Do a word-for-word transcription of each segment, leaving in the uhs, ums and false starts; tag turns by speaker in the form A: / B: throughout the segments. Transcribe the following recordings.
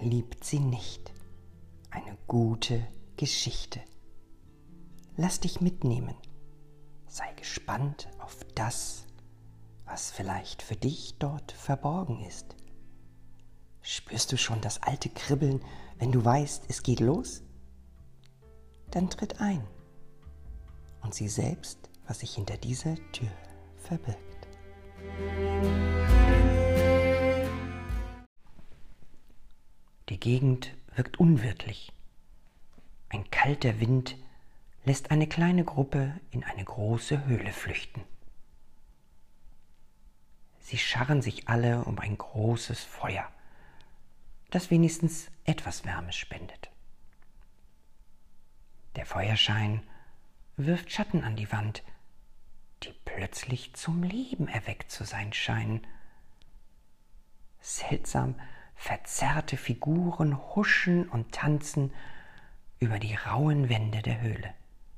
A: liebt sie nicht. Eine gute Geschichte. Lass dich mitnehmen. Sei gespannt auf das, was vielleicht für dich dort verborgen ist. Spürst du schon das alte Kribbeln, wenn du weißt, es geht los? Dann tritt ein und sieh selbst, was sich hinter dieser Tür verbirgt. Die Gegend wirkt unwirtlich. Ein kalter Wind lässt eine kleine Gruppe in eine große Höhle flüchten. Sie scharren sich alle um ein großes Feuer, das wenigstens etwas Wärme spendet. Der Feuerschein wirft Schatten an die Wand, die plötzlich zum Leben erweckt zu sein scheinen. Seltsam verzerrte Figuren huschen und tanzen über die rauen Wände der Höhle.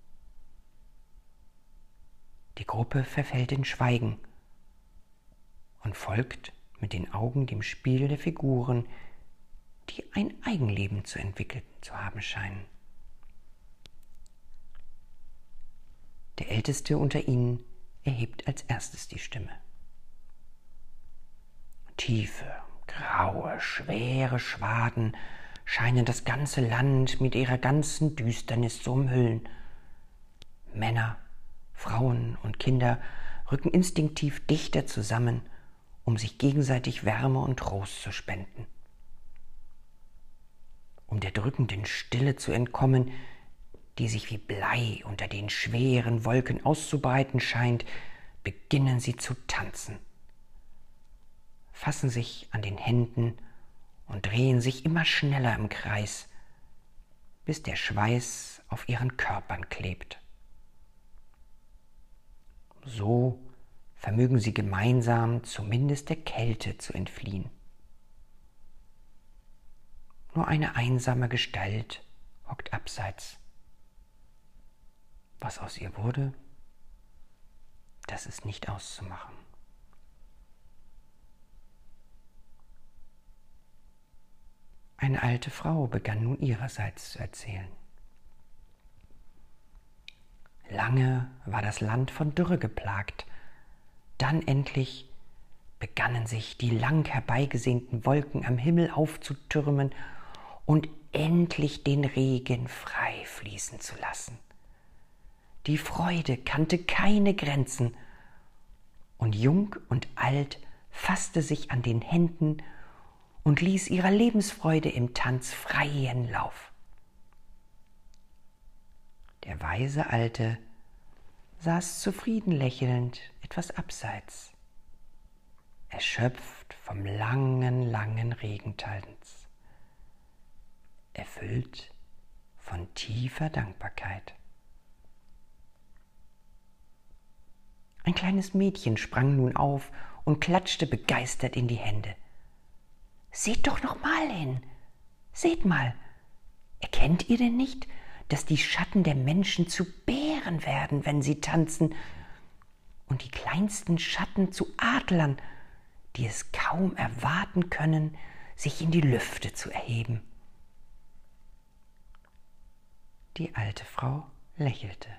A: Die Gruppe verfällt in Schweigen und folgt mit den Augen dem Spiel der Figuren, die ein Eigenleben zu entwickeln zu haben scheinen. Der Älteste unter ihnen erhebt als erstes die Stimme. Tiefe, graue, schwere Schwaden scheinen das ganze Land mit ihrer ganzen Düsternis zu umhüllen. Männer, Frauen und Kinder rücken instinktiv dichter zusammen, um sich gegenseitig Wärme und Trost zu spenden. Um der drückenden Stille zu entkommen, die sich wie Blei unter den schweren Wolken auszubreiten scheint, beginnen sie zu tanzen, fassen sich an den Händen und drehen sich immer schneller im Kreis, bis der Schweiß auf ihren Körpern klebt. So vermögen sie gemeinsam zumindest der Kälte zu entfliehen. Nur eine einsame Gestalt hockt abseits. Was aus ihr wurde, das ist nicht auszumachen. Eine alte Frau begann nun ihrerseits zu erzählen. Lange war das Land von Dürre geplagt. Dann endlich begannen sich die lang herbeigesehnten Wolken am Himmel aufzutürmen und endlich den Regen frei fließen zu lassen. Die Freude kannte keine Grenzen, und Jung und Alt fasste sich an den Händen und ließ ihrer Lebensfreude im Tanz freien Lauf. Der weise Alte saß zufrieden lächelnd etwas abseits, erschöpft vom langen, langen Regentanz, erfüllt von tiefer Dankbarkeit. Ein kleines Mädchen sprang nun auf und klatschte begeistert in die Hände. »Seht doch noch mal hin! Seht mal! Erkennt ihr denn nicht, dass die Schatten der Menschen zu Bären werden, wenn sie tanzen, und die kleinsten Schatten zu Adlern, die es kaum erwarten können, sich in die Lüfte zu erheben?« Die alte Frau lächelte.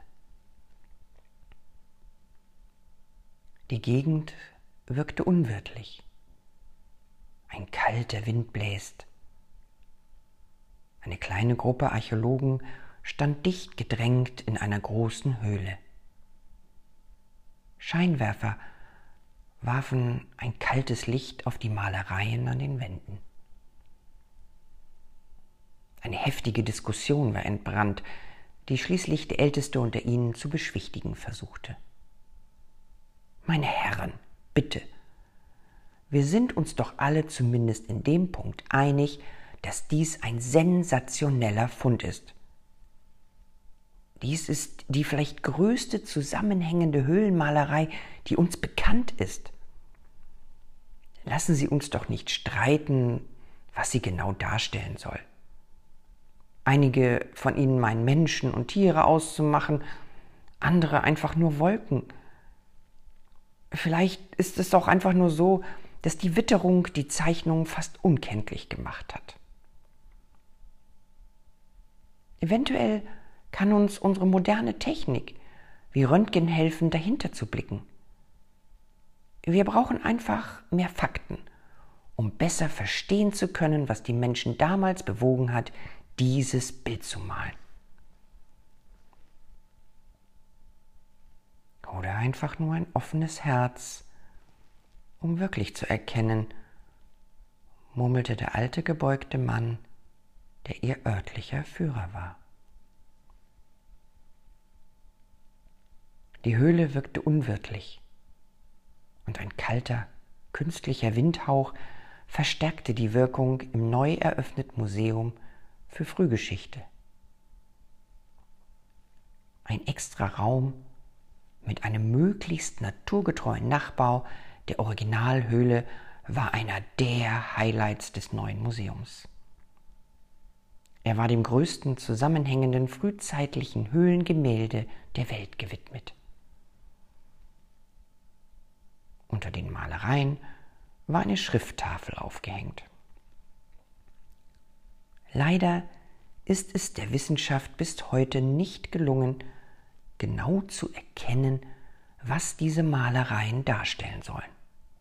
A: Die Gegend wirkte unwirtlich. Ein kalter Wind bläst. Eine kleine Gruppe Archäologen stand dicht gedrängt in einer großen Höhle. Scheinwerfer warfen ein kaltes Licht auf die Malereien an den Wänden. Eine heftige Diskussion war entbrannt, die schließlich der Älteste unter ihnen zu beschwichtigen versuchte. »Meine Herren, bitte, wir sind uns doch alle zumindest in dem Punkt einig, dass dies ein sensationeller Fund ist. Dies ist die vielleicht größte zusammenhängende Höhlenmalerei, die uns bekannt ist. Lassen Sie uns doch nicht streiten, was sie genau darstellen soll. Einige von Ihnen meinen Menschen und Tiere auszumachen, andere einfach nur Wolken. Vielleicht ist es auch einfach nur so, dass die Witterung die Zeichnung fast unkenntlich gemacht hat. Eventuell kann uns unsere moderne Technik wie Röntgen helfen, dahinter zu blicken. Wir brauchen einfach mehr Fakten, um besser verstehen zu können, was die Menschen damals bewogen hat, dieses Bild zu malen. Oder einfach nur ein offenes Herz, um wirklich zu erkennen, murmelte der alte gebeugte Mann, der ihr örtlicher Führer war. Die Höhle wirkte unwirtlich, und ein kalter, künstlicher Windhauch verstärkte die Wirkung im neu eröffneten Museum für Frühgeschichte. Ein extra Raum mit einem möglichst naturgetreuen Nachbau der Originalhöhle war einer der Highlights des neuen Museums. Er war dem größten zusammenhängenden frühzeitlichen Höhlengemälde der Welt gewidmet. Unter den Malereien war eine Schrifttafel aufgehängt. Leider ist es der Wissenschaft bis heute nicht gelungen, genau zu erkennen, was diese Malereien darstellen sollen.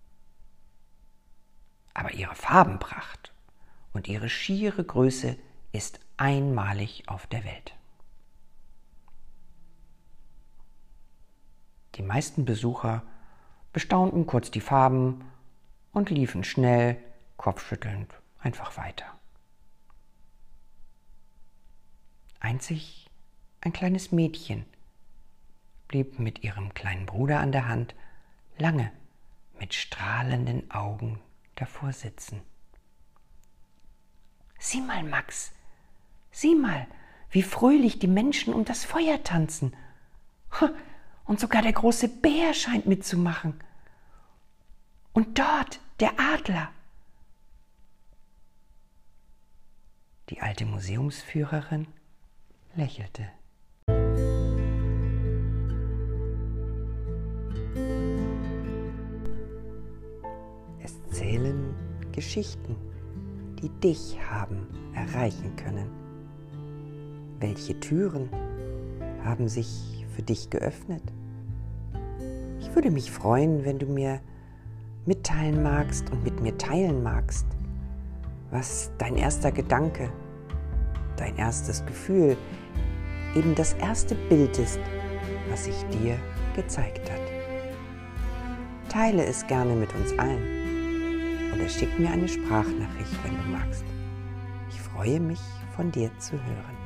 A: Aber ihre Farbenpracht und ihre schiere Größe ist einmalig auf der Welt. Die meisten Besucher bestaunten kurz die Farben und liefen schnell, kopfschüttelnd, einfach weiter. Einzig ein kleines Mädchen blieb mit ihrem kleinen Bruder an der Hand lange mit strahlenden Augen davor sitzen. »Sieh mal, Max, sieh mal, wie fröhlich die Menschen um das Feuer tanzen. Und sogar der große Bär scheint mitzumachen. Und dort der Adler.« Die alte Museumsführerin lächelte. Es zählen Geschichten, die dich haben erreichen können. Welche Türen haben sich für dich geöffnet? Ich würde mich freuen, wenn du mir mitteilen magst und mit mir teilen magst, was dein erster Gedanke, dein erstes Gefühl, eben das erste Bild ist, was sich dir gezeigt hat. Teile es gerne mit uns allen oder schick mir eine Sprachnachricht, wenn du magst. Ich freue mich, von dir zu hören.